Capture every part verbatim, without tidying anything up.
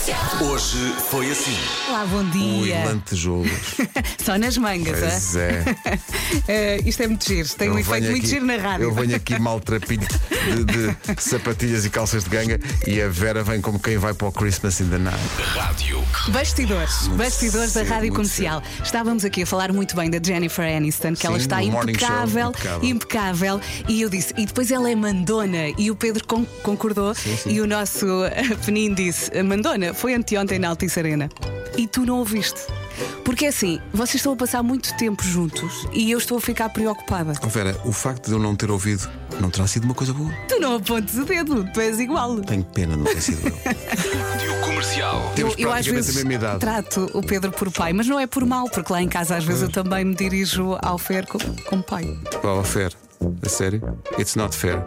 Hoje foi assim. Olá, bom dia. Ui, lantejolos. Só nas mangas, Pois é? é. Uh, isto é muito giro, tem um Eu efeito venho muito aqui- giro na rádio. Eu venho aqui maltrapilho de, de sapatilhas e calças de ganga e a Vera vem como quem vai para o Christmas in the Night. Rádio. Bastidores, bastidores da cedo, Rádio muito Comercial. Estávamos aqui a falar muito bem da Jennifer Aniston, que ela Sim, está no Morning impecável, Show, impecável. impecável. E eu disse, e depois ela é mandona. E o Pedro con- concordou. sim. E o nosso uh, Penin disse: mandona, foi anteontem na Altice Arena. E tu não ouviste. Porque é assim, vocês estão a passar muito tempo juntos e eu estou a ficar preocupada. Oh, Vera, o facto de eu não ter ouvido não terá sido uma coisa boa. Tu não apontes o dedo, tu és igual. Tenho pena de não ter sido eu. Rádio Comercial. Temos Eu, eu às praticamente vezes a mesma idade. trato o Pedro por pai, mas não é por mal, porque lá em casa às vezes eu também me dirijo ao Fer co- como pai. Oh, fair. A sério? It's not fair.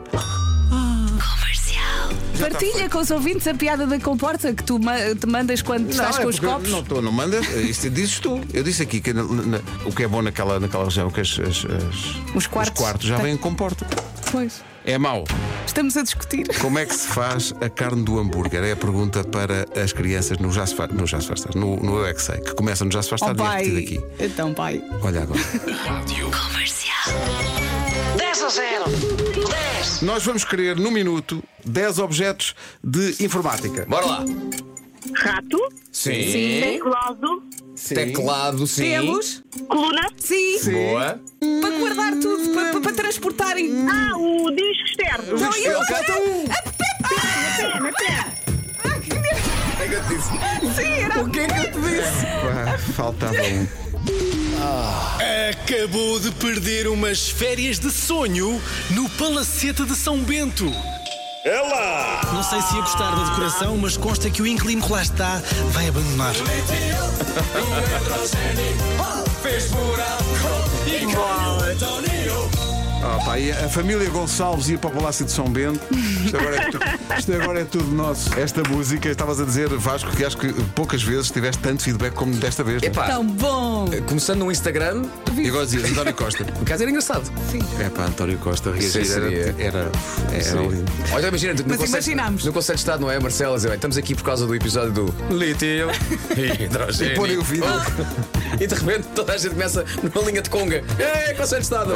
Partilha com os ouvintes a piada da comporta que tu ma- te mandas quando estás é com os porque copos. Não estou, não mandas. Isto dizes tu. Eu disse aqui que na- na- o que é bom naquela, naquela região, que as, as- as- Os quartos. já Tem- vêm com porta. Pois. É mau. Estamos a discutir. Como é que se faz a carne do hambúrguer? É a pergunta para as crianças no Já se faz, no, Já se faz tarde, no, no Eu é que sei, que começa no Já se faz Oh, tarde e é pai. repetido aqui. Então, pai. Olha agora. Rádio. dez a zero. dez. Nós vamos querer, num minuto, dez objetos de informática. Bora lá. Rato, Sim. teclado, Teclado, sim. Temos? coluna. Sim. Boa. Para guardar tudo, para, para, para transportarem. Ah, o disco externo. Não, e eu Pena, pena. O que é que eu te disse? Sim, era O que é que eu te disse? Ah, faltava um. Acabou de perder umas férias de sonho no Palacete de São Bento. É lá! Não sei se ia gostar da decoração, mas consta que o inquilino que lá está vai abandonar. Ah, pá, e a família Gonçalves ia para o Palácio de São Bento. Isto agora é, tu- isto agora é tudo nosso. Esta música, estavas a dizer, Vasco, que acho que poucas vezes tiveste tanto feedback como desta vez. não é? Epá, tão bom. começando no Instagram, E agora dizias António Costa. por acaso era engraçado. É pá, António Costa reagir Sim, era, seria. era, era lindo. Olha, imagina, no Mas concerto, imaginámos. no concerto de Estado, não é, Marcelo? Dizer, "Bem, estamos aqui por causa do episódio do lítio e hidrogênio." E porem o vídeo. E de repente toda a gente começa numa linha de conga. É, concerto de Estado.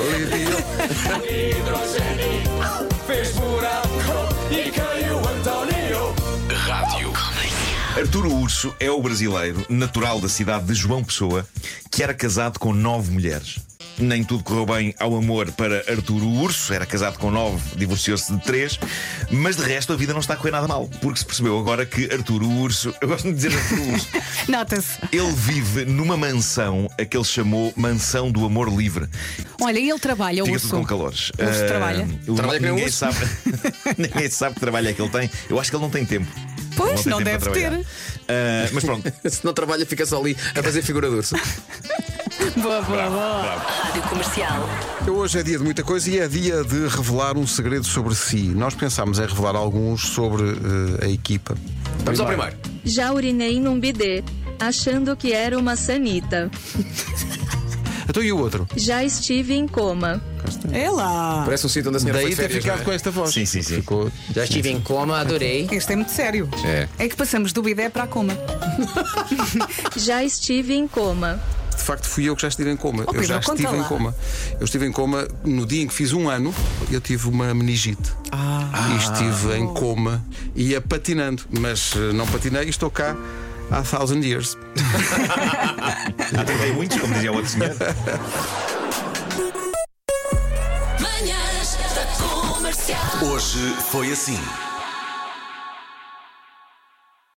Rádio. Arturo Urso é o brasileiro natural da cidade de João Pessoa que era casado com nove mulheres. Nem tudo correu bem ao amor para Arturo Urso, era casado com nove, divorciou-se de três, mas de resto a vida não está a correr nada mal, porque se percebeu agora que Arturo Urso, eu gosto de dizer Arturo Urso, Nota-se. ele vive numa mansão a que ele chamou Mansão do Amor Livre. Olha, e ele trabalha, o Fica urso. tudo com calores. Urso Ah, trabalha. o- Trabalha que nem um ninguém urso? sabe, ninguém sabe que trabalho é que ele tem. Eu acho que ele não tem tempo. Pois, tem não tempo deve para ter. trabalhar. Ah, mas pronto. Se não trabalha, fica só ali a fazer figura de urso. Boa, boa, boa. Rádio Comercial. Hoje é dia de muita coisa e é dia de revelar um segredo sobre si. Nós pensámos em revelar alguns sobre eh, a equipa. Vamos ao primeiro. Já urinei num bidê, achando que era uma sanita. Então e o outro? Já estive em coma. É lá. Parece um sítio onde a senhora Daí foi ter de férias, ficado não é? com esta voz. Sim, sim, sim. Ficou... Já estive em coma, adorei. Este é muito sério. É. É que passamos do bidé para a coma. Já estive em coma. De facto, fui eu que já estive em coma. Oh, eu Pedro, já conta estive em lá. coma. Eu estive em coma no dia em que fiz um ano. Eu tive uma meningite. Ah. E estive em coma. Ia patinando. Mas eh, não patinei e estou cá há thousand years. Já tentei muitos, como dizia o outro senhor. Hoje foi assim.